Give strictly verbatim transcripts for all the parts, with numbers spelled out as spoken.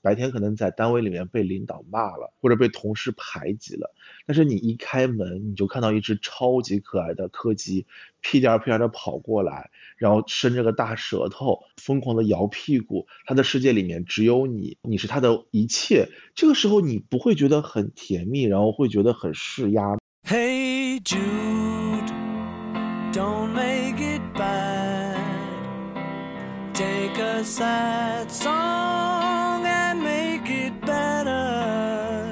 白天可能在单位里面被领导骂了，或者被同事排挤了，但是你一开门，你就看到一只超级可爱的柯基屁颠儿屁颠儿的跑过来，然后伸着个大舌头，疯狂的摇屁股，它的世界里面只有你，你是它的一切。这个时候你不会觉得很甜蜜，然后会觉得很释压。 Hey Jude, don't make it bad. Take a sad song and make it better.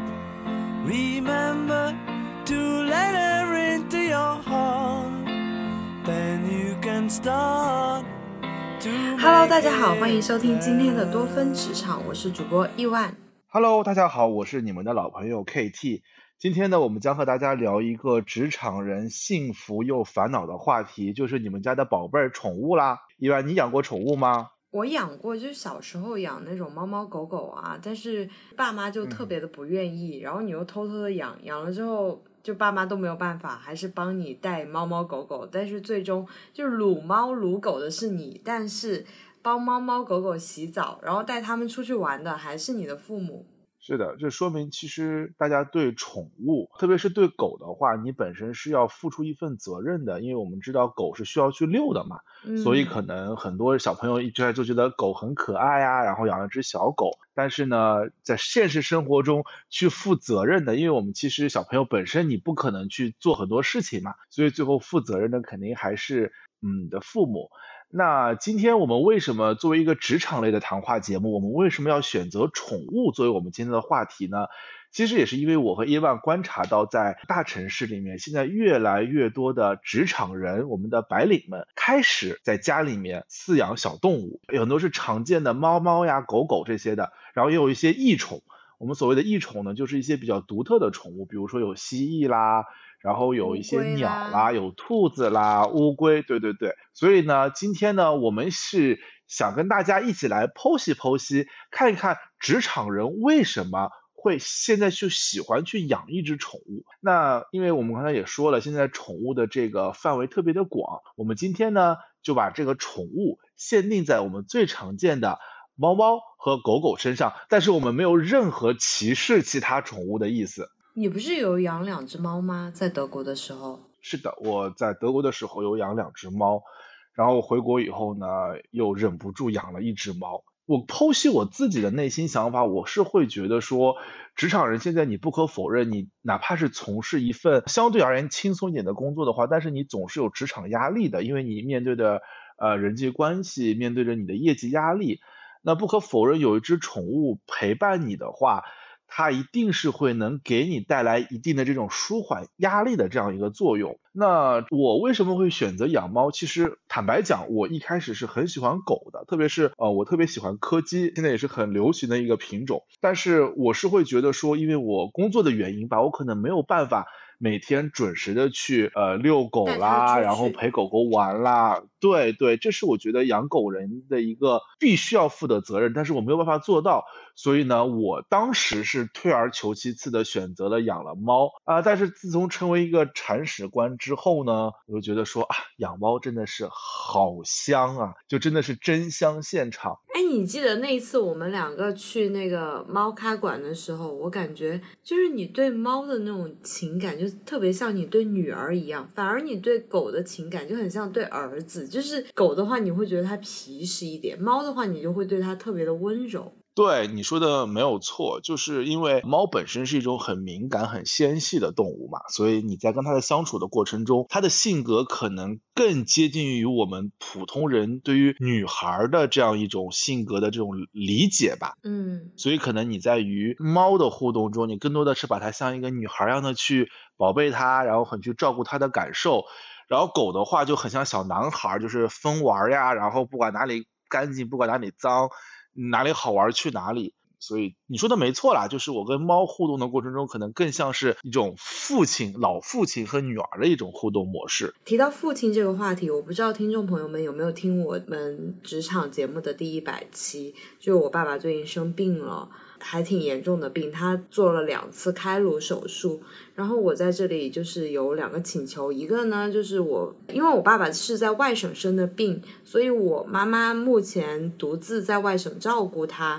Remember to let her into your heart. Then you can start to make it. Hello， 大家好，欢迎收听今天的多芬职场，我是主播亿万。 Hello， 大家好，我是你们的老朋友 K T。今天呢，我们将和大家聊一个职场人幸福又烦恼的话题，就是你们家的宝贝儿宠物啦。亿万，你养过宠物吗？ 我养过，就是小时候养那种猫猫狗狗啊，但是爸妈就特别的不愿意，嗯、然后你又偷偷的养，养了之后就爸妈都没有办法，还是帮你带猫猫狗狗，但是最终就是撸猫撸狗的是你，但是帮猫猫狗狗洗澡，然后带他们出去玩的还是你的父母。 是的，这说明其实大家对宠物，特别是对狗的话，你本身是要付出一份责任的，因为我们知道狗是需要去遛的嘛，嗯、所以可能很多小朋友一直就觉得狗很可爱啊，然后养了只小狗，但是呢，在现实生活中去负责任的，因为我们其实小朋友本身你不可能去做很多事情嘛，所以最后负责任的肯定还是嗯你的父母。那今天我们为什么作为一个职场类的谈话节目，我们为什么要选择宠物作为我们今天的话题呢？其实也是因为我和叶万观察到，在大城市里面，现在越来越多的职场人，我们的白领们开始在家里面饲养小动物，有很多是常见的猫猫呀、狗狗这些的，然后也有一些异宠。我们所谓的异宠呢，就是一些比较独特的宠物，比如说有蜥蜴啦，然后有一些鸟啦，有兔子啦，乌龟，对对对。所以呢，今天呢，我们是想跟大家一起来剖析剖析，看一看职场人为什么会现在就喜欢去养一只宠物。那因为我们刚才也说了，现在宠物的这个范围特别的广，我们今天呢就把这个宠物限定在我们最常见的猫猫和狗狗身上，但是我们没有任何歧视其他宠物的意思。 你不是有养两只猫吗？在德国的时候？ 是的，我在德国的时候有养两只猫，然后回国以后呢，又忍不住养了一只猫。我剖析我自己的内心想法，我是会觉得说，职场人现在你不可否认，你哪怕是从事一份相对而言轻松一点的工作的话，但是你总是有职场压力的，因为你面对的呃人际关系，面对着你的业绩压力。那不可否认，有一只宠物陪伴你的话，它一定是会能给你带来一定的这种舒缓压力的这样一个作用。那我为什么会选择养猫？其实坦白讲，我一开始是很喜欢狗的，特别是呃，我特别喜欢柯基，现在也是很流行的一个品种。但是我是会觉得说，因为我工作的原因吧，我可能没有办法每天准时的去呃遛狗啦，然后陪狗狗玩啦，对对，这是我觉得养狗人的一个必须要负的责任，但是我没有办法做到，所以呢，我当时是退而求其次的选择了养了猫啊、呃。但是自从成为一个铲屎官之后呢，我就觉得说啊，养猫真的是好香啊，就真的是真香现场。 哎，你记得那一次我们两个去那个猫咖馆的时候，我感觉就是你对猫的那种情感就特别像你对女儿一样，反而你对狗的情感就很像对儿子，就是狗的话你会觉得它皮实一点，猫的话你就会对它特别的温柔。 对，你说的没有错，就是因为猫本身是一种很敏感、很纤细的动物嘛，所以你在跟它的相处的过程中，它的性格可能更接近于我们普通人对于女孩的这样一种性格的这种理解吧。 嗯， 所以可能你在与猫的互动中，你更多的是把它像一个女孩一样的去宝贝它，然后很去照顾它的感受。然后狗的话就很像小男孩，就是疯玩呀，然后不管哪里干净，不管哪里脏，哪里好玩去哪里。所以你说的没错啦，就是我跟猫互动的过程中，可能更像是一种父亲、老父亲和女儿的一种互动模式。 提到父亲这个话题，我不知道听众朋友们有没有听我们职场节目的第一百期，就我爸爸最近生病了，还挺严重的病，他做了两次开颅手术。然后我在这里就是有两个请求，一个呢就是我因为我爸爸是在外省生的病，所以我妈妈目前独自在外省照顾他。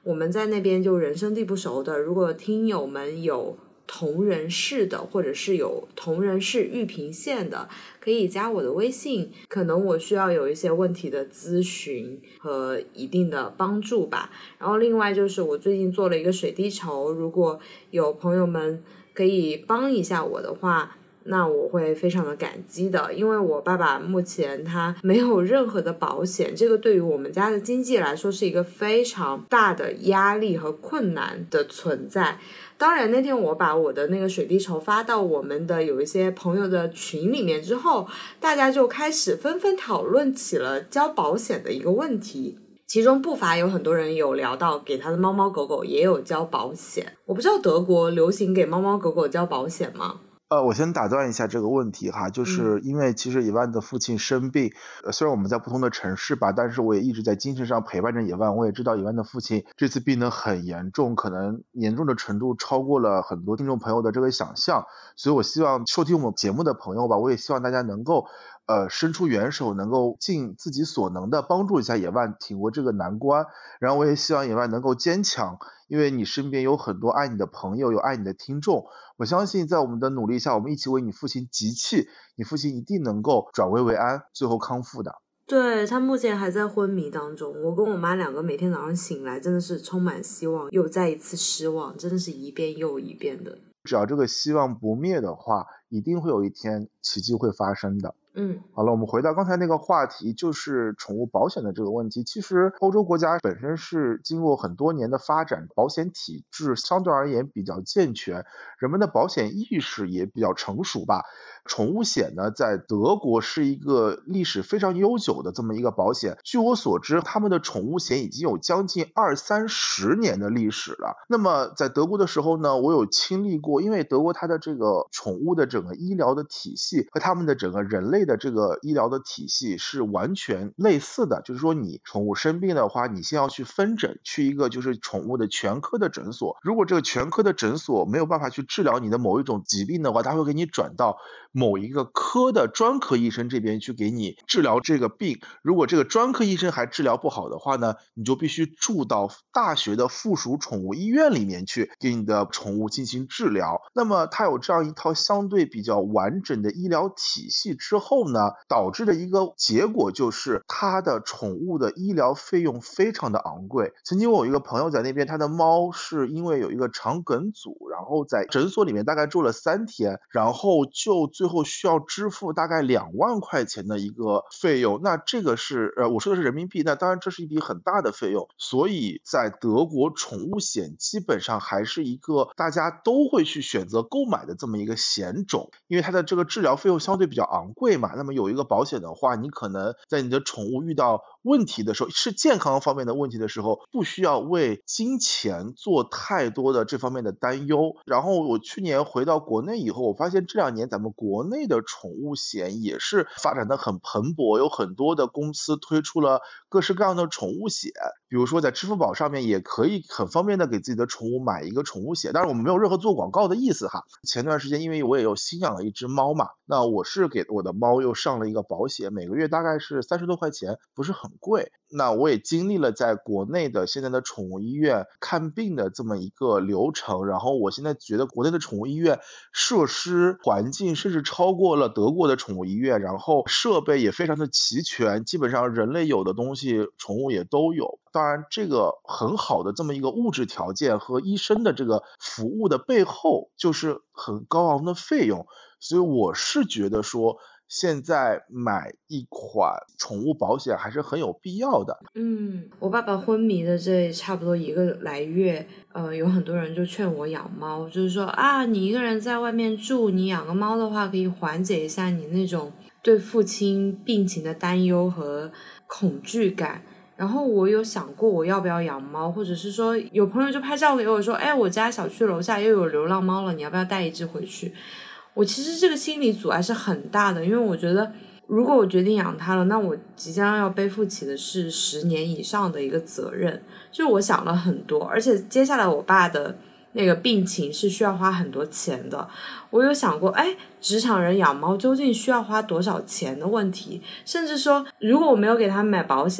我们在那边就人生地不熟的，如果听友们有同人市的，或者是有同人市玉屏县的，可以加我的微信，可能我需要有一些问题的咨询和一定的帮助吧。然后另外就是我最近做了一个水滴筹，如果有朋友们可以帮一下我的话，那我会非常的感激的。因为我爸爸目前他没有任何的保险，这个对于我们家的经济来说是一个非常大的压力和困难的存在。当然那天我把我的那个水滴筹发到我们的有一些朋友的群里面之后，大家就开始纷纷讨论起了交保险的一个问题，其中不乏有很多人有聊到给他的猫猫狗狗也有交保险。我不知道德国流行给猫猫狗狗交保险吗？ 呃，我先打断一下这个问题哈，就是因为其实野万的父亲生病，呃，虽然我们在不同的城市吧，但是我也一直在精神上陪伴着野万。我也知道野万的父亲这次病得很严重，可能严重的程度超过了很多听众朋友的这个想象，所以我希望收听我们节目的朋友吧，我也希望大家能够呃，伸出援手，能够尽自己所能的帮助一下野万挺过这个难关。然后我也希望野万能够坚强，因为你身边有很多爱你的朋友，有爱你的听众。我相信在我们的努力下，我们一起为你父亲集气，你父亲一定能够转危为安，最后康复的。 对，他目前还在昏迷当中，我跟我妈两个每天早上醒来真的是充满希望，又再一次失望，真的是一遍又一遍的。 只要这个希望不灭的话，一定会有一天奇迹会发生的。 嗯， 好了，我们回到刚才那个话题，就是宠物保险的这个问题。其实欧洲国家本身是经过很多年的发展，保险体制相对而言比较健全，人们的保险意识也比较成熟吧。宠物险呢，在德国是一个历史非常悠久的这么一个保险。据我所知，他们的宠物险已经有将近二三十年的历史了。那么在德国的时候呢，我有经历过，因为德国它的这个宠物的整个医疗的体系和他们的整个人类的这个医疗的体系是完全类似的。就是说你宠物生病的话，你先要去分诊，去一个就是宠物的全科的诊所。如果这个全科的诊所没有办法去治疗你的某一种疾病的话，他会给你转到某一个科的专科医生这边去给你治疗这个病。如果这个专科医生还治疗不好的话呢，你就必须住到大学的附属宠物医院里面去给你的宠物进行治疗。那么它有这样一套相对比较完整的医疗体系之后呢，导致的一个结果就是它的宠物的医疗费用非常的昂贵。曾经我有一个朋友在那边，他的猫是因为有一个肠梗阻，然后在诊所里面大概住了三天，然后就最后需要支付大概两万块钱的一个费用。那这个是呃，我说的是人民币，那当然这是一笔很大的费用。所以在德国，宠物险基本上还是一个大家都会去选择购买的这么一个险种，因为它的这个治疗费用相对比较昂贵嘛。那么有一个保险的话，你可能在你的宠物遇到问题的时候，是健康方面的问题的时候，不需要为金钱做太多的这方面的担忧。然后我去年回到国内以后，我发现这两年咱们国内的宠物险也是发展的很蓬勃，有很多的公司推出了各式各样的宠物险。比如说在支付宝上面也可以很方便的给自己的宠物买一个宠物险，当然我们没有任何做广告的意思哈。前段时间因为我也有新养了一只猫嘛，那我是给我的猫又上了一个保险，每个月大概是三十多块钱，不是很贵。那我也经历了在国内的现在的宠物医院看病的这么一个流程，然后我现在觉得国内的宠物医院设施环境甚至超过了德国的宠物医院，然后设备也非常的齐全，基本上人类有的东西宠物也都有。当然这个很好的这么一个物质条件和医生的这个服务的背后就是很高昂的费用。所以我是觉得说现在买一款宠物保险还是很有必要的。 嗯，我爸爸昏迷的这差不多一个来月，呃，有很多人就劝我养猫，就是说啊，你一个人在外面住，你养个猫的话可以缓解一下你那种对父亲病情的担忧和恐惧感。然后我有想过我要不要养猫，或者是说有朋友就拍照给我说，哎，我家小区楼下又有流浪猫了，你要不要带一只回去。我其实这个心理阻碍是很大的，因为我觉得如果我决定养它了，那我即将要背负起的是十年以上的一个责任。就是我想了很多，而且接下来我爸的那个病情是需要花很多钱的。我有想过，哎，职场人养猫究竟需要花多少钱的问题，甚至说如果我没有给他买保险，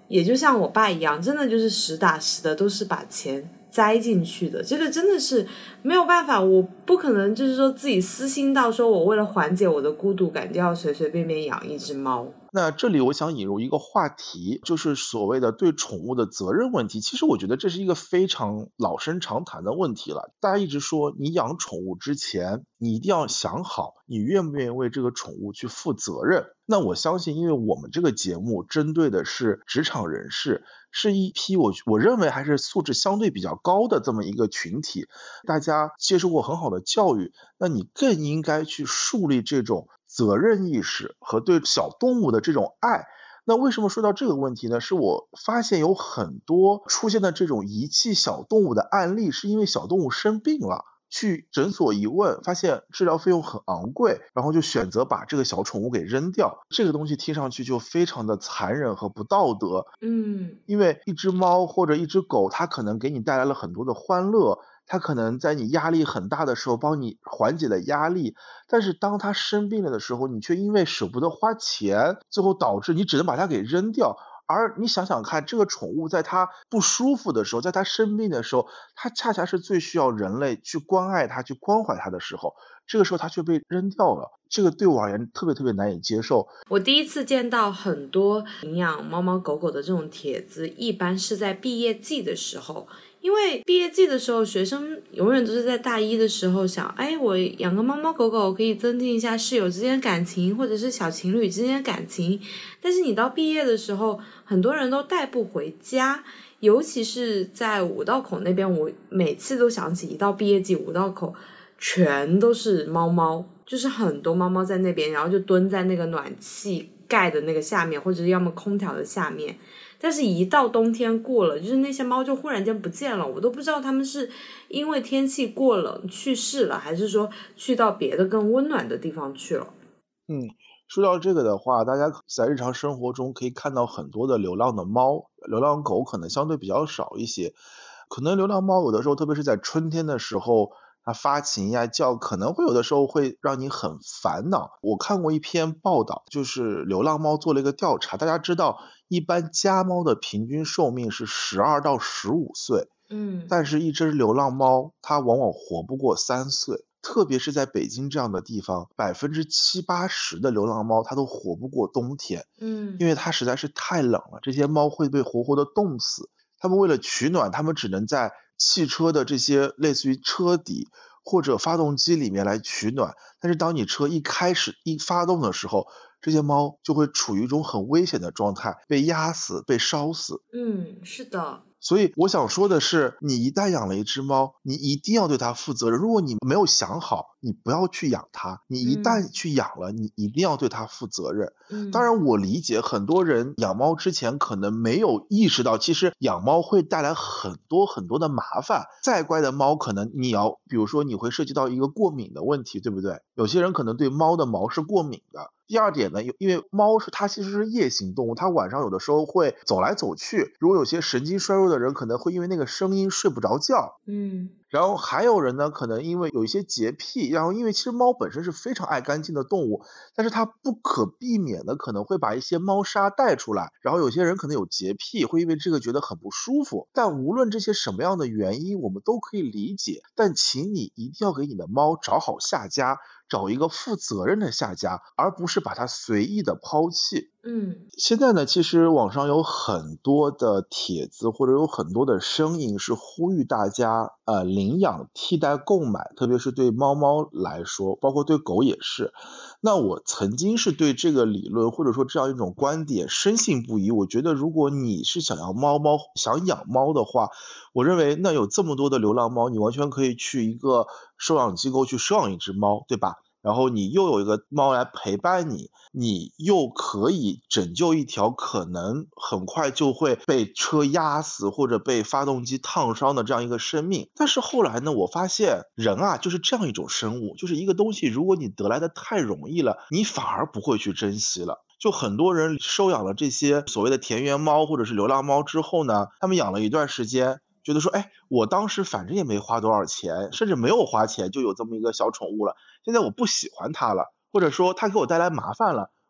也就像我爸一样，真的就是实打实的都是把钱栽进去的，这个真的是没有办法，我不可能就是说自己私心到说我为了缓解我的孤独感就要随随便便养一只猫。 那这里我想引入一个话题，就是所谓的对宠物的责任问题。其实我觉得这是一个非常老生常谈的问题了。大家一直说你养宠物之前，你一定要想好你愿不愿意为这个宠物去负责任。那我相信，因为我们这个节目针对的是职场人士，是一批我我认为还是素质相对比较高的这么一个群体，大家接受过很好的教育，那你更应该去树立这种责任意识和对小动物的这种爱。那为什么说到这个问题呢？是我发现有很多出现的这种遗弃小动物的案例，是因为小动物生病了，去诊所一问，发现治疗费用很昂贵，然后就选择把这个小宠物给扔掉。这个东西听上去就非常的残忍和不道德。 嗯， 因为一只猫或者一只狗，它可能给你带来了很多的欢乐，它可能在你压力很大的时候帮你缓解了压力，但是当它生病了的时候，你却因为舍不得花钱，最后导致你只能把它给扔掉。而你想想看，这个宠物在它不舒服的时候，在它生病的时候，它恰恰是最需要人类去关爱它、去关怀它的时候，这个时候它却被扔掉了，这个对我而言特别特别难以接受。 我第一次见到很多领养猫猫狗狗的这种帖子，一般是在毕业季的时候。因为毕业季的时候，学生永远都是在大一的时候想，哎，我养个猫猫狗狗可以增进一下室友之间的感情，或者是小情侣之间的感情。但是你到毕业的时候，很多人都带不回家，尤其是在五道口那边，我每次都想起一到毕业季，五道口全都是猫猫，就是很多猫猫在那边，然后就蹲在那个暖气盖的那个下面，或者是要么空调的下面。但是一到冬天过了，就是那些猫就忽然间不见了，我都不知道它们是因为天气过冷去世了，还是说去到别的更温暖的地方去了。 嗯，说到这个的话，大家在日常生活中可以看到很多的流浪的猫，流浪狗可能相对比较少一些。可能流浪猫有的时候，特别是在春天的时候，它发情呀叫，可能会有的时候会让你很烦恼。我看过一篇报道，就是流浪猫做了一个调查，大家知道一般家猫的平均寿命是十二到十五岁， 嗯， 但是一只流浪猫它往往活不过三岁。特别是在北京这样的地方，百分之七八十的流浪猫它都活不过冬天， 嗯， 因为它实在是太冷了，这些猫会被活活的冻死。它们为了取暖，它们只能在汽车的这些类似于车底或者发动机里面来取暖，但是当你车一开始一发动的时候，这些猫就会处于一种很危险的状态，被压死、被烧死。 嗯，是的。 所以我想说的是，你一旦养了一只猫，你一定要对它负责任。如果你没有想好，你不要去养它。你一旦去养了，你一定要对它负责任。 嗯， 当然我理解很多人养猫之前可能没有意识到，其实养猫会带来很多很多的麻烦。再乖的猫，可能你要，比如说你会涉及到一个过敏的问题，对不对？有些人可能对猫的毛是过敏的。第二点呢，因为猫是它其实是夜行动物，它晚上有的时候会走来走去，如果有些神经衰弱的人可能会因为那个声音睡不着觉。 嗯， 然后还有人呢，可能因为有一些洁癖，然后因为其实猫本身是非常爱干净的动物，但是它不可避免的可能会把一些猫砂带出来，然后有些人可能有洁癖，会因为这个觉得很不舒服。但无论这些什么样的原因，我们都可以理解，但请你一定要给你的猫找好下家，找一个负责任的下家，而不是把它随意的抛弃。 嗯， 现在呢，其实网上有很多的帖子或者有很多的声音是呼吁大家呃领养替代购买，特别是对猫猫来说，包括对狗也是。那我曾经是对这个理论或者说这样一种观点深信不疑。我觉得如果你是想要猫猫想养猫的话，我认为那有这么多的流浪猫，你完全可以去一个收养机构去收养一只猫，对吧？然后你又有一个猫来陪伴你，你又可以拯救一条可能很快就会被车压死或者被发动机烫伤的这样一个生命。但是后来呢，我发现人啊就是这样一种生物，就是一个东西如果你得来的太容易了，你反而不会去珍惜了。就很多人收养了这些所谓的田园猫或者是流浪猫之后呢，他们养了一段时间，觉得说，哎，我当时反正也没花多少钱，甚至没有花钱就有这么一个小宠物了，现在我不喜欢它了，或者说它给我带来麻烦了，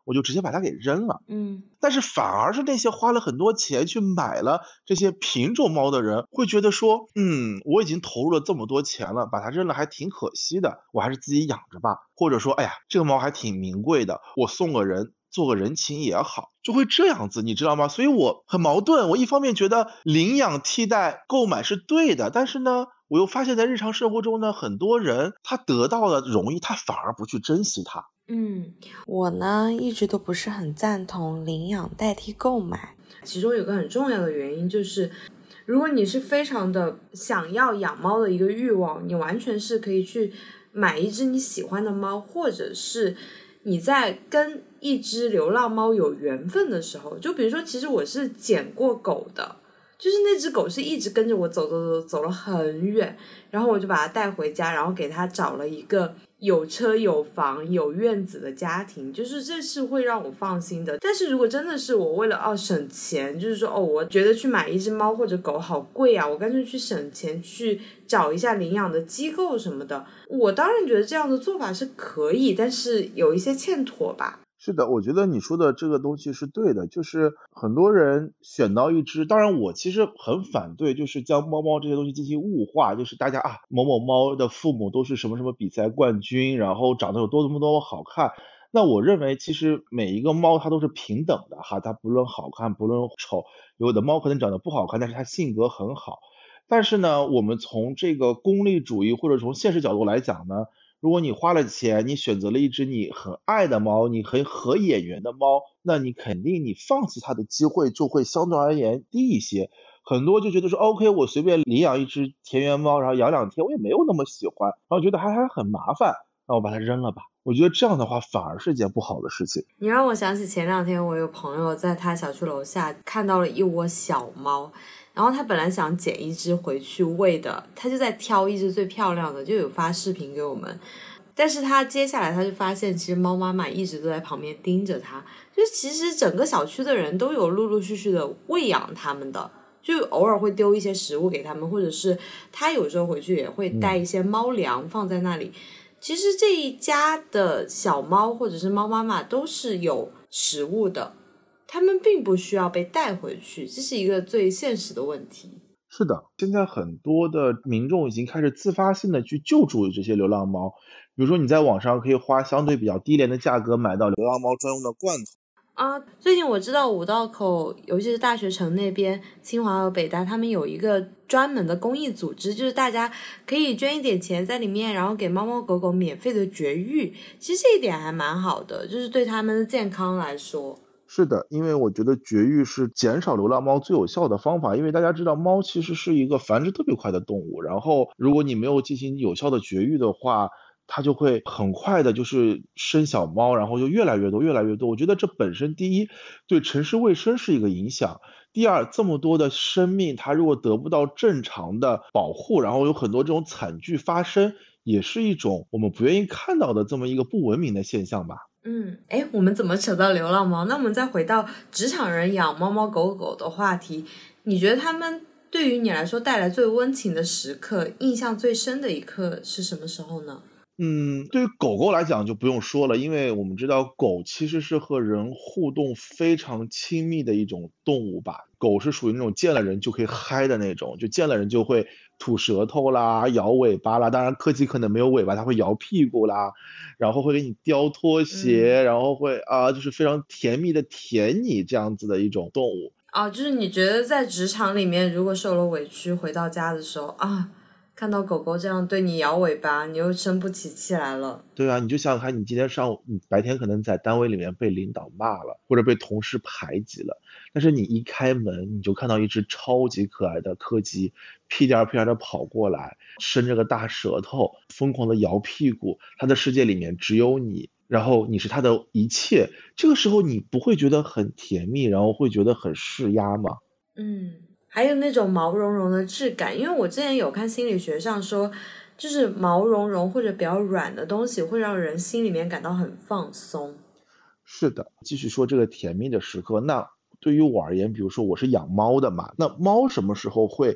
我就直接把它给扔了。 嗯， 但是反而是那些花了很多钱去买了这些品种猫的人，会觉得说，嗯，我已经投入了这么多钱了，把它扔了还挺可惜的，我还是自己养着吧。或者说，哎呀，这个猫还挺名贵的，我送个人做个人情也好，就会这样子，你知道吗？所以我很矛盾，我一方面觉得领养替代购买是对的，但是呢，我又发现在日常生活中呢，很多人他得到的容易，他反而不去珍惜它。 嗯，我呢一直都不是很赞同领养代替购买， 其中有个很重要的原因就是，如果你是非常的想要养猫的一个欲望，你完全是可以去买一只你喜欢的猫，或者是你在跟一只流浪猫有缘分的时候，就比如说其实我是捡过狗的，就是那只狗是一直跟着我走走走走了很远，然后我就把它带回家，然后给它找了一个有车有房有院子的家庭，就是这是会让我放心的。但是如果真的是我为了哦省钱，就是说哦我觉得去买一只猫或者狗好贵啊，我干脆去省钱去找一下领养的机构什么的，我当然觉得这样的做法是可以，但是有一些欠妥吧。 是的，我觉得你说的这个东西是对的，就是很多人选到一只，当然我其实很反对，就是将猫猫这些东西进行物化，就是大家啊，某某猫的父母都是什么什么比赛冠军，然后长得有多么多么好看。那我认为其实每一个猫它都是平等的哈，它不论好看不论丑，有的猫可能长得不好看，但是它性格很好。但是呢，我们从这个功利主义或者从现实角度来讲呢，如果你花了钱，你选择了一只你很爱的猫，你很合眼缘的猫，那你肯定你放弃它的机会就会相对而言低一些。很多就觉得说 OK， 我随便领养一只田园猫，然后养两天，我也没有那么喜欢，然后觉得还还很麻烦，那我把它扔了吧。我觉得这样的话反而是一件不好的事情。 你让我想起前两天我有朋友在他小区楼下看到了一窝小猫，然后他本来想捡一只回去喂的，他就在挑一只最漂亮的，就有发视频给我们。但是他接下来他就发现其实猫妈妈一直都在旁边盯着他，就其实整个小区的人都有陆陆续续的喂养他们的，就偶尔会丢一些食物给他们，或者是他有时候回去也会带一些猫粮放在那里。其实这一家的小猫或者是猫妈妈都是有食物的，他们并不需要被带回去，这是一个最现实的问题。 是的，现在很多的民众已经开始自发性的去救助这些流浪猫，比如说你在网上可以花相对比较低廉的价格买到流浪猫专用的罐头。 啊，最近我知道五道口，尤其是大学城那边，清华和北大，他们有一个专门的公益组织，就是大家可以捐一点钱在里面，然后给猫猫狗狗免费的绝育。其实这一点还蛮好的，就是对他们的健康来说。 是的，因为我觉得绝育是减少流浪猫最有效的方法，因为大家知道猫其实是一个繁殖特别快的动物，然后如果你没有进行有效的绝育的话，它就会很快的就是生小猫，然后就越来越多越来越多。我觉得这本身第一对城市卫生是一个影响，第二这么多的生命它如果得不到正常的保护，然后有很多这种惨剧发生，也是一种我们不愿意看到的这么一个不文明的现象吧。 嗯，哎，我们怎么扯到流浪猫？那我们再回到职场人养猫猫狗狗的话题，你觉得他们对于你来说带来最温情的时刻，印象最深的一刻是什么时候呢？ 嗯，对于狗狗来讲就不用说了，因为我们知道狗其实是和人互动非常亲密的一种动物吧。狗是属于那种见了人就可以嗨的那种，就见了人就会吐舌头啦、摇尾巴啦，当然柯基可能没有尾巴，它会摇屁股啦，然后会给你叼拖鞋， 嗯、 然后会啊，就是非常甜蜜的舔你这样子的一种动物。 哦，就是你觉得在职场里面，如果受了委屈，回到家的时候啊，看到狗狗这样对你摇尾巴，你又生不起气来了。 对啊，你就想想看，你今天上午，你白天可能在单位里面被领导骂了，或者被同事排挤了，但是你一开门，你就看到一只超级可爱的柯基，屁颠儿屁颠儿的跑过来，伸着个大舌头，疯狂的摇屁股，它的世界里面只有你，然后你是它的一切，这个时候你不会觉得很甜蜜，然后会觉得很释压吗？ 嗯。还有那种毛茸茸的质感，因为我之前有看心理学上说，就是毛茸茸或者比较软的东西会让人心里面感到很放松。 是的，继续说这个甜蜜的时刻，那对于我而言，比如说我是养猫的嘛，那猫什么时候会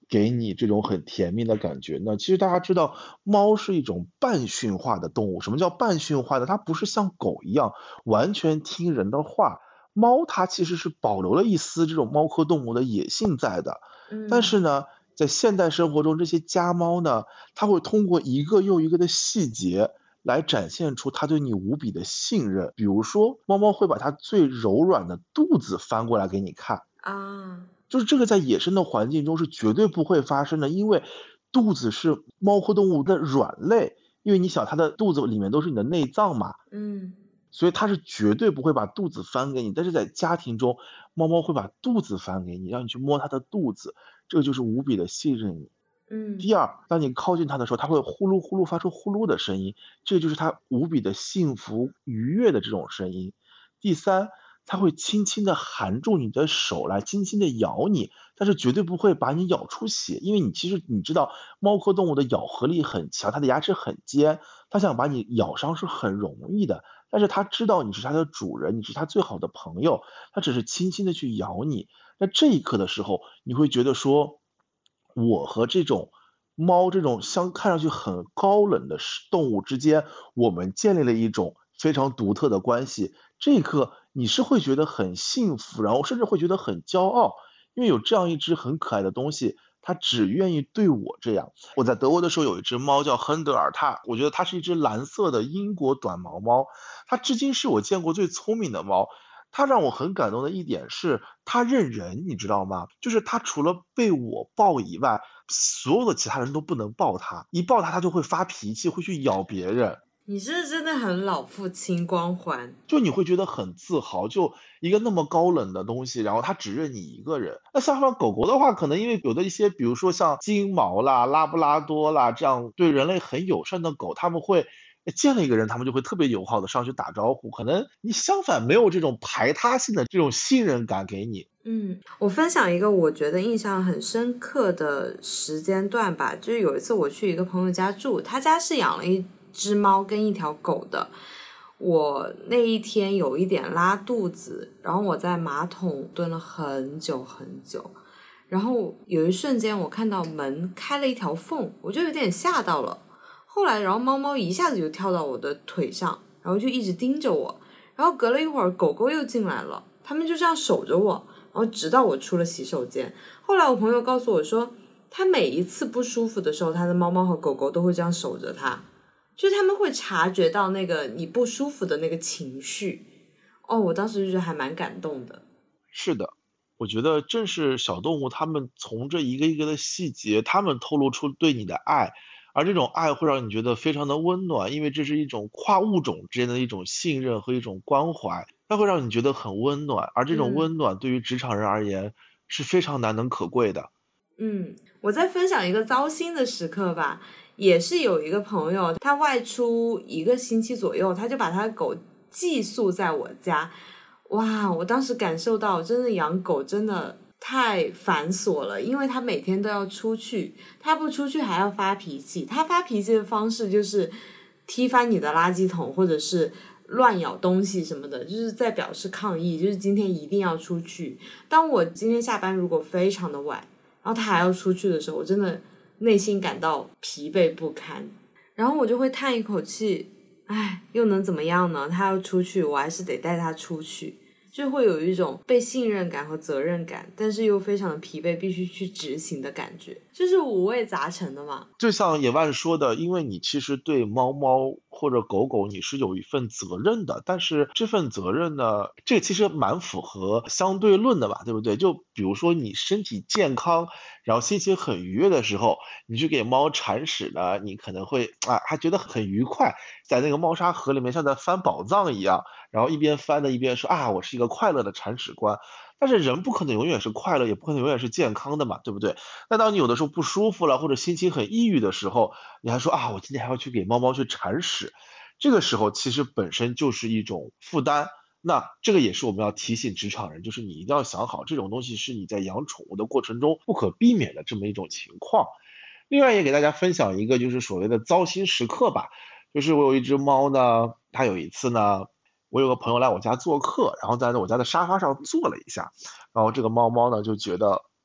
给你这种很甜蜜的感觉呢？其实大家知道，猫是一种半驯化的动物。什么叫半驯化的？它不是像狗一样完全听人的话，猫它其实是保留了一丝这种猫科动物的野性在的。但是嗯呢，在现代生活中，这些家猫呢，它会通过一个又一个的细节来展现出它对你无比的信任。比如说，猫猫会把它最柔软的肚子翻过来给你看， 啊， 就是这个在野生的环境中是绝对不会发生的，因为肚子是猫科动物的软肋，因为你想它的肚子里面都是你的内脏嘛， 嗯所以它是绝对不会把肚子翻给你。但是在家庭中，猫猫会把肚子翻给你，让你去摸它的肚子，这个就是无比的信任你。 嗯第二，当你靠近它的时候，它会呼噜呼噜发出呼噜的声音，这就是它无比的幸福愉悦的这种声音。第三，它会轻轻地含住你的手来轻轻地咬你，但是绝对不会把你咬出血，因为你其实你知道猫科动物的咬合力很强，它的牙齿很尖，它想把你咬伤是很容易的。但是它知道你是它的主人，你是它最好的朋友，它只是轻轻地去咬你。那这一刻的时候，你会觉得说，我和这种猫这种相看上去很高冷的是动物之间，我们建立了一种非常独特的关系。这一刻你是会觉得很幸福，然后甚至会觉得很骄傲，因为有这样一只很可爱的东西，它只愿意对我这样。我在德国的时候有一只猫叫亨德尔塔，我觉得它是一只蓝色的英国短毛猫，它至今是我见过最聪明的猫。它让我很感动的一点是，它认人，你知道吗？就是它除了被我抱以外，所有的其他人都不能抱它，一抱它，它就会发脾气，会去咬别人。 你这真的很老父亲光环。 就你会觉得很自豪，就一个那么高冷的东西，然后它只认你一个人。那相反狗狗的话，可能因为有的一些，比如说像金毛啦、拉布拉多啦这样对人类很友善的狗，它们会见了一个人，他们就会特别友好的上去打招呼。可能你相反没有这种排他性的这种信任感给你。 嗯，我分享一个我觉得印象很深刻的时间段吧，就是有一次我去一个朋友家住，他家是养了一只猫跟一条狗的。我那一天有一点拉肚子，然后我在马桶蹲了很久很久，然后有一瞬间我看到门开了一条缝，我就有点吓到了。后来然后猫猫一下子就跳到我的腿上，然后就一直盯着我，然后隔了一会儿狗狗又进来了，他们就这样守着我，然后直到我出了洗手间。后来我朋友告诉我说，他每一次不舒服的时候，他的猫猫和狗狗都会这样守着他，就是他们会察觉到那个你不舒服的那个情绪。哦，我当时就觉得还蛮感动的。 是的，我觉得正是小动物，它们从这一个一个的细节，它们透露出对你的爱，而这种爱会让你觉得非常的温暖，因为这是一种跨物种之间的一种信任和一种关怀，它会让你觉得很温暖，而这种嗯温暖对于职场人而言是非常难能可贵的。 嗯，我再分享一个糟心的时刻吧，也是有一个朋友，他外出一个星期左右，他就把他的狗寄宿在我家。哇，我当时感受到真的养狗真的太繁琐了，因为他每天都要出去，他不出去还要发脾气，他发脾气的方式就是踢翻你的垃圾桶，或者是乱咬东西什么的，就是在表示抗议，就是今天一定要出去。当我今天下班如果非常的晚，然后他还要出去的时候，我真的内心感到疲惫不堪，然后我就会叹一口气，唉，又能怎么样呢？他要出去，我还是得带他出去，就会有一种被信任感和责任感，但是又非常的疲惫，必须去执行的感觉，就是五味杂陈的嘛。 就像野万说的，因为你其实对猫猫或者狗狗你是有一份责任的，但是这份责任呢，这个其实蛮符合相对论的吧，对不对？就比如说你身体健康，然后心情很愉悦的时候，你去给猫铲屎呢，你可能会啊还觉得很愉快，在那个猫砂盒里面像在翻宝藏一样，然后一边翻的一边说啊，我是一个快乐的铲屎官。但是人不可能永远是快乐，也不可能永远是健康的嘛，对不对？那当你有的时候不舒服了，或者心情很抑郁的时候，你还说啊，我今天还要去给猫猫去铲屎，这个时候其实本身就是一种负担。那这个也是我们要提醒职场人，就是你一定要想好，这种东西是你在养宠物的过程中不可避免的这么一种情况。另外也给大家分享一个就是所谓的糟心时刻吧，就是我有一只猫呢，它有一次呢，我有个朋友来我家做客，然后在我家的沙发上坐了一下，然后这个猫猫呢就觉得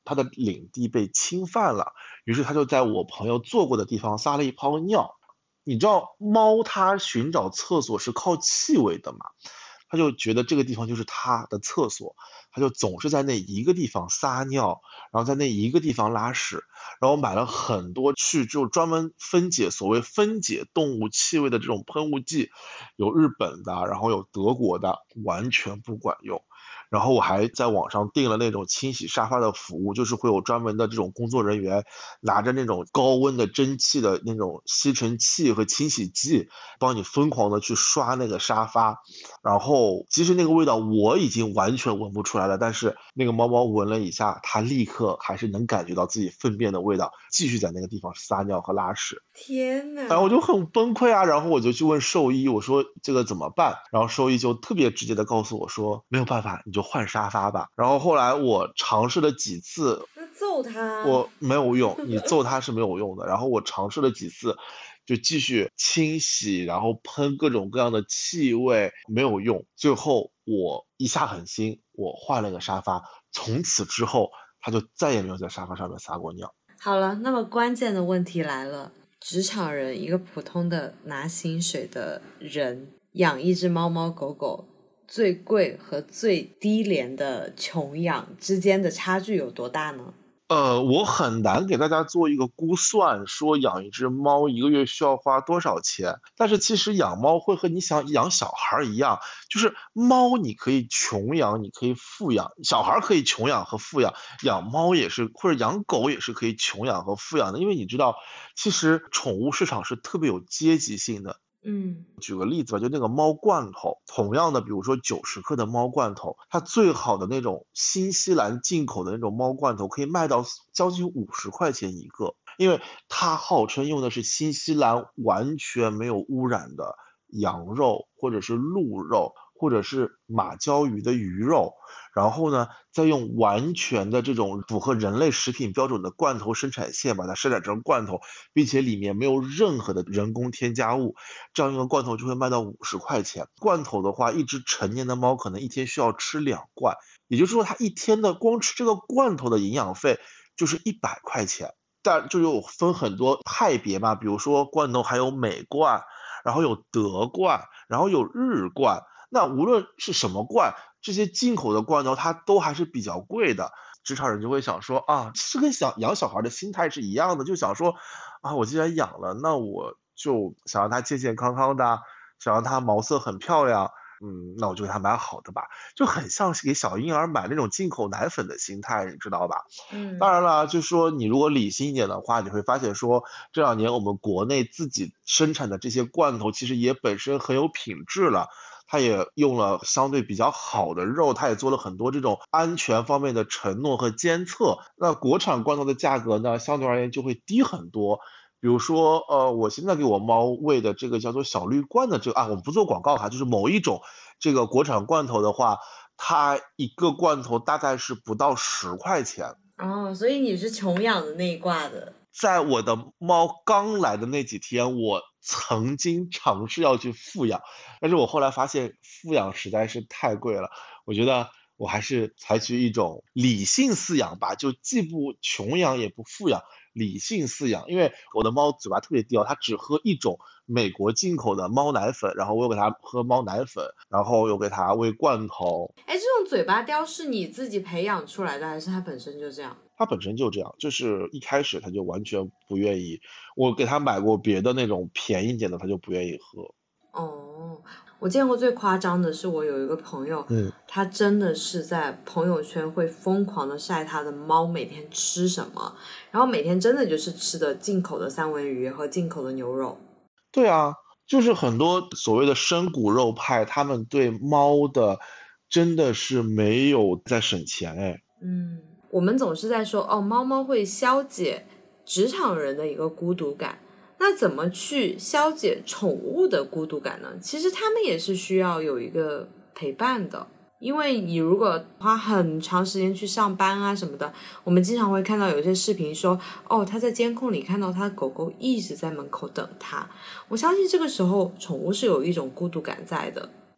他的领地被侵犯了，于是他就在我朋友坐过的地方撒了一泡尿。你知道猫它寻找厕所是靠气味的嘛，他就觉得这个地方就是他的厕所，他就总是在那一个地方撒尿，然后在那一个地方拉屎，然后买了很多去就专门分解所谓分解动物气味的这种喷雾剂，有日本的，然后有德国的，完全不管用。然后我还在网上订了那种清洗沙发的服务，就是会有专门的这种工作人员拿着那种高温的蒸汽的那种吸尘器和清洗剂，帮你疯狂的去刷那个沙发。然后其实那个味道我已经完全闻不出来了，但是那个猫猫闻了一下，它立刻还是能感觉到自己粪便的味道，继续在那个地方撒尿和拉屎。 天哪！ 然后我就很崩溃啊，然后我就去问兽医，我说这个怎么办？然后兽医就特别直接的告诉我说，没有办法，你就换沙发吧。然后后来我尝试了几次， 那揍他， 我没有用，你揍他是没有用的。然后我尝试了几次，就继续清洗，然后喷各种各样的气味，没有用。最后我一下狠心，我换了个沙发，从此之后他就再也没有在沙发上面撒过尿。 好了，那么关键的问题来了，职场人，一个普通的拿薪水的人，养一只猫猫狗狗，最贵和最低廉的穷养之间的差距有多大呢？ 呃，我很难给大家做一个估算，说养一只猫一个月需要花多少钱。但是其实养猫会和你想养小孩一样，就是猫你可以穷养，你可以富养，小孩可以穷养和富养，养猫也是，或者养狗也是可以穷养和富养的。因为你知道，其实宠物市场是特别有阶级性的。 嗯， 举个例子吧，就那个猫罐头，同样的，比如说九十克的猫罐头，它最好的那种新西兰进口的那种猫罐头，可以卖到将近五十块钱一个，因为它号称用的是新西兰完全没有污染的羊肉，或者是鹿肉，或者是马鲛鱼的鱼肉，然后呢，再用完全的这种符合人类食品标准的罐头生产线把它生产成罐头，并且里面没有任何的人工添加物，这样一个罐头就会卖到五十块钱。罐头的话，一只成年的猫可能一天需要吃两罐，也就是说它一天的光吃这个罐头的营养费就是一百块钱。但就有分很多派别嘛，比如说罐头还有美罐，然后有德罐，然后有日罐。那无论是什么罐，这些进口的罐头它都还是比较贵的。职场人就会想说啊，其实跟想养小孩的心态是一样的，就想说啊，我既然养了，那我就想让它健健康康的，想让它毛色很漂亮，嗯，那我就给它买好的吧，就很像是给小婴儿买那种进口奶粉的心态，你知道吧？ 嗯， 当然了，就是说你如果理性一点的话，你会发现说这两年我们国内自己生产的这些罐头其实也本身很有品质了。它也用了相对比较好的肉，它也做了很多这种安全方面的承诺和监测。那国产罐头的价格呢，相对而言就会低很多。比如说，呃，我现在给我猫喂的这个叫做小绿罐的这个啊，我们不做广告哈，就是某一种这个国产罐头的话，它一个罐头大概是不到十块钱。 哦，所以你是穷养的那一挂的。 在我的猫刚来的那几天，我曾经尝试要去富养，但是我后来发现富养实在是太贵了，我觉得我还是采取一种理性饲养吧，就既不穷养也不富养，理性饲养。因为我的猫嘴巴特别刁，它只喝一种美国进口的猫奶粉，然后我又给它喝猫奶粉，然后又给它喂罐头。 哎，这种嘴巴刁是你自己培养出来的，还是它本身就这样？ 它本身就这样，就是一开始它就完全不愿意，我给它买过别的那种便宜点的，它就不愿意喝。 哦，我见过最夸张的是，我有一个朋友， 嗯， 他真的是在朋友圈会疯狂的晒他的猫每天吃什么，然后每天真的就是吃的进口的三文鱼和进口的牛肉。 对啊，就是很多所谓的生骨肉派，他们对猫的真的是没有在省钱哎。 嗯，我们总是在说哦，猫猫会消解职场人的一个孤独感，那怎么去消解宠物的孤独感呢？其实他们也是需要有一个陪伴的，因为你如果花很长时间去上班啊什么的，我们经常会看到有些视频说，哦，他在监控里看到他的狗狗一直在门口等他，我相信这个时候宠物是有一种孤独感在的。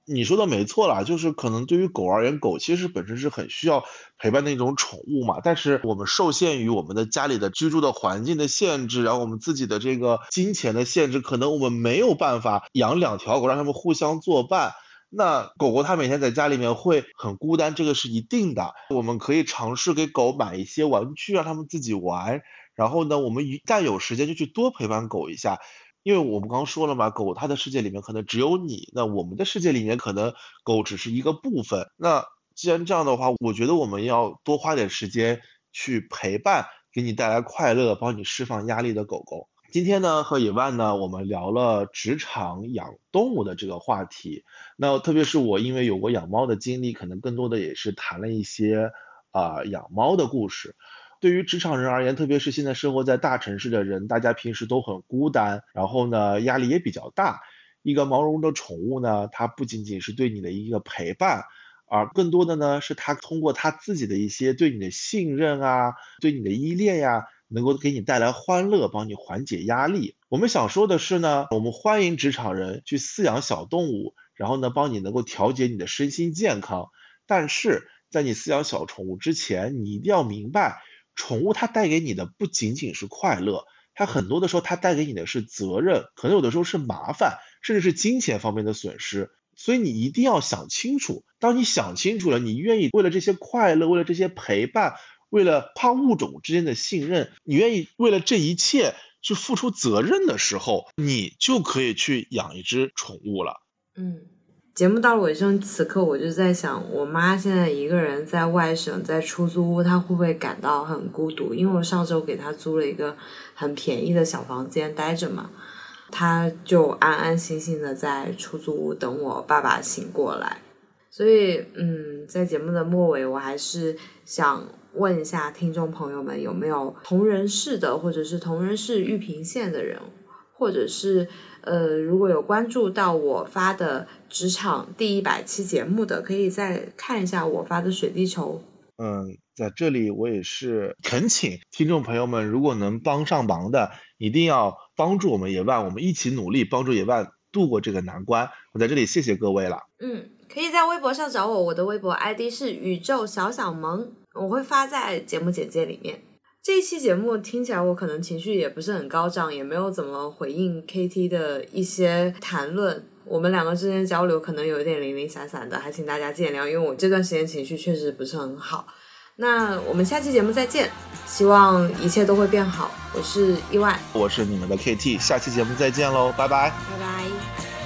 你说的没错啦，就是可能对于狗而言，狗其实本身是很需要陪伴的一种宠物嘛，但是我们受限于我们的家里的居住的环境的限制，然后我们自己的这个金钱的限制，可能我们没有办法养两条狗让它们互相作伴。那狗狗它每天在家里面会很孤单，这个是一定的。我们可以尝试给狗买一些玩具让它们自己玩，然后呢，我们一旦有时间就去多陪伴狗一下。因为我们刚刚说了嘛，狗它的世界里面可能只有你，那我们的世界里面可能狗只是一个部分。那既然这样的话，我觉得我们要多花点时间去陪伴给你带来快乐、帮你释放压力的狗狗。今天呢，和野万呢，我们聊了职场养动物的这个话题。那特别是我因为有过养猫的经历，可能更多的也是谈了一些啊、呃、养猫的故事。对于职场人而言，特别是现在生活在大城市的人，大家平时都很孤单，然后呢，压力也比较大。一个毛茸茸的宠物呢，它不仅仅是对你的一个陪伴，而更多的呢，是它通过它自己的一些对你的信任啊，对你的依恋呀，能够给你带来欢乐，帮你缓解压力。我们想说的是呢，我们欢迎职场人去饲养小动物，然后呢，帮你能够调节你的身心健康。但是在你饲养小宠物之前，你一定要明白，宠物它带给你的不仅仅是快乐，它很多的时候它带给你的是责任，可能有的时候是麻烦，甚至是金钱方面的损失。所以你一定要想清楚，当你想清楚了，你愿意为了这些快乐，为了这些陪伴，为了跨物种之间的信任，你愿意为了这一切去付出责任的时候，你就可以去养一只宠物了。 嗯，节目到了尾声，此刻我就在想，我妈现在一个人在外省，在出租屋，她会不会感到很孤独？因为我上周给她租了一个很便宜的小房间待着嘛，她就安安心心的在出租屋等我爸爸醒过来。所以，嗯，在节目的末尾，我还是想问一下听众朋友们，有没有同人市的，或者是同人市玉屏县的人，或者是呃，如果有关注到我发的职场第一百期节目的，可以再看一下我发的水滴筹。 嗯，在这里我也是恳请听众朋友们，如果能帮上忙的，一定要帮助我们野万，我们一起努力帮助野万度过这个难关。我在这里谢谢各位了。 嗯，可以在微博上找我，我的微博 I D 是宇宙小小萌，我会发在节目简介里面。这一期节目听起来我可能情绪也不是很高涨，也没有怎么回应 K T 的一些谈论，我们两个之间交流可能有一点零零散散的，还请大家见谅，因为我这段时间情绪确实不是很好。那我们下期节目再见，希望一切都会变好。我是意外， 我是你们的 K T， 下期节目再见喽，拜拜， 拜拜。